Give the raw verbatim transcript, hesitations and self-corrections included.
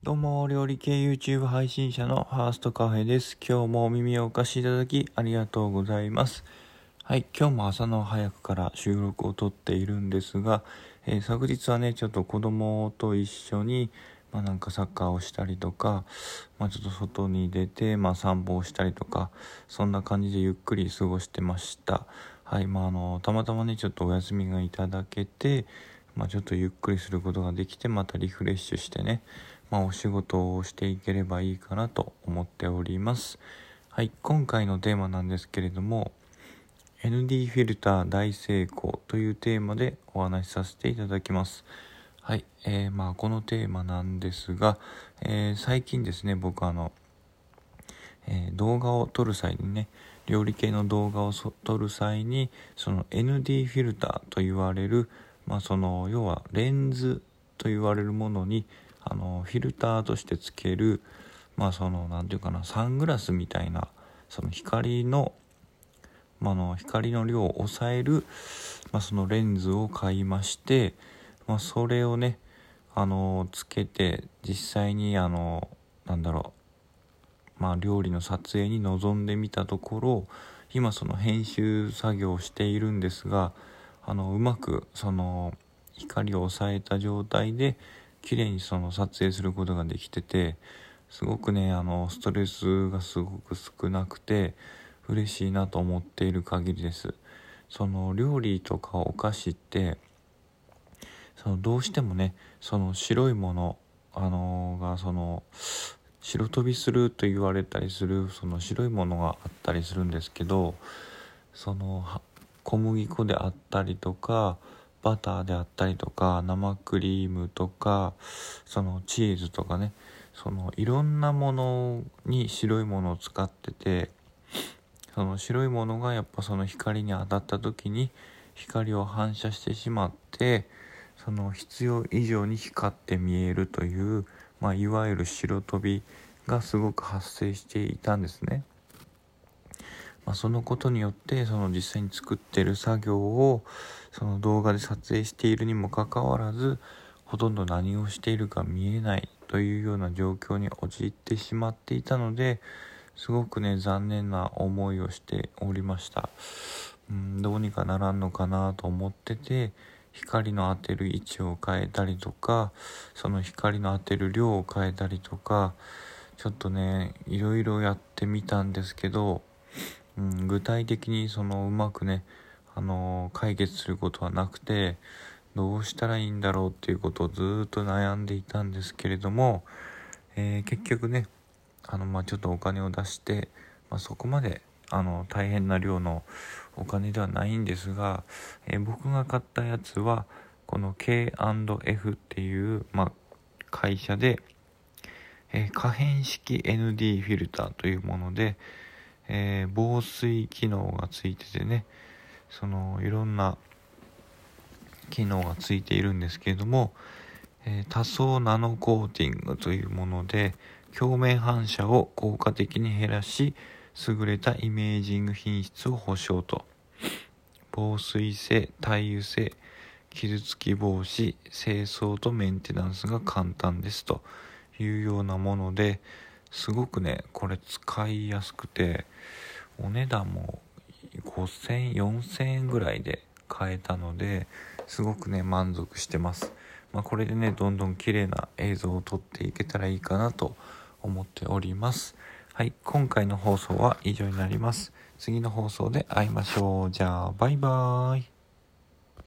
どうも、料理系 YouTube 配信者のファーストカフェです。今日もお耳をお貸しいただきありがとうございます。はい、今日も朝の早くから収録を撮っているんですが、えー、昨日はね、ちょっと子供と一緒に、まあなんかサッカーをしたりとか、まあちょっと外に出て、まあ散歩をしたりとか、そんな感じでゆっくり過ごしてました。はい、まああの、たまたまね、ちょっとお休みがいただけて、まあちょっとゆっくりすることができて、またリフレッシュしてね、まあ、お仕事をしていければいいかなと思っております。はい、今回のテーマなんですけれども、エヌディー フィルター大成功というテーマでお話しさせていただきます。はい、えー、まあこのテーマなんですが、えー、最近ですね、僕あの、えー、動画を撮る際にね、料理系の動画を撮る際に、その エヌディー フィルターと言われる、まあその要はレンズと言われるものにあのフィルターとしてつける、まあそのなんていうかな、サングラスみたいな、その光の、まあ、の光の量を抑える、まあ、そのレンズを買いまして、まあ、それをねあのつけて実際にあのなんだろう、まあ料理の撮影に臨んでみたところ、今その編集作業をしているんですが、あのうまくその光を抑えた状態で綺麗にその撮影することができてて、すごくねあのストレスがすごく少なくて嬉しいなと思っている限りです。その料理とかお菓子ってそのどうしてもねその白いものあのがその白飛びすると言われたりするその白いものがあったりするんですけど、その小麦粉であったりとかバターであったりとか生クリームとかそのチーズとかね、そのいろんなものに白いものを使ってて、その白いものがやっぱその光に当たった時に光を反射してしまって、その必要以上に光って見えるという、まあ、いわゆる白飛びがすごく発生していたんですね。まあ、そのことによってその実際に作っている作業をその動画で撮影しているにもかかわらず、ほとんど何をしているか見えないというような状況に陥ってしまっていたので、すごくね残念な思いをしておりました。うん、どうにかならんのかなと思ってて、光の当てる位置を変えたりとか、その光の当てる量を変えたりとか、ちょっとねいろいろやってみたんですけど、うん、具体的にそのうまくね、あのー解決することはなくて、どうしたらいいんだろうっていうことをずっと悩んでいたんですけれども、えー結局ねあのまあちょっとお金を出して、まあ、そこまであの大変な量のお金ではないんですが、えー僕が買ったやつはこの ケーアンドエフ っていう、まあ、会社で、えー可変式 エヌディー フィルターというもので、えー防水機能がついててね、そのいろんな機能がついているんですけれども、えー多層ナノコーティングというもので表面反射を効果的に減らし、優れたイメージング品質を保証と、防水性、耐油性、傷つき防止、清掃とメンテナンスが簡単ですというようなもので、すごくねこれ使いやすくて、お値段もごせんえんよんせんえんぐらいで買えたので、すごくね満足してます。まあ、これでねどんどん綺麗な映像を撮っていけたらいいかなと思っております。はい、今回の放送は以上になります。次の放送で会いましょう。じゃあバイバーイ。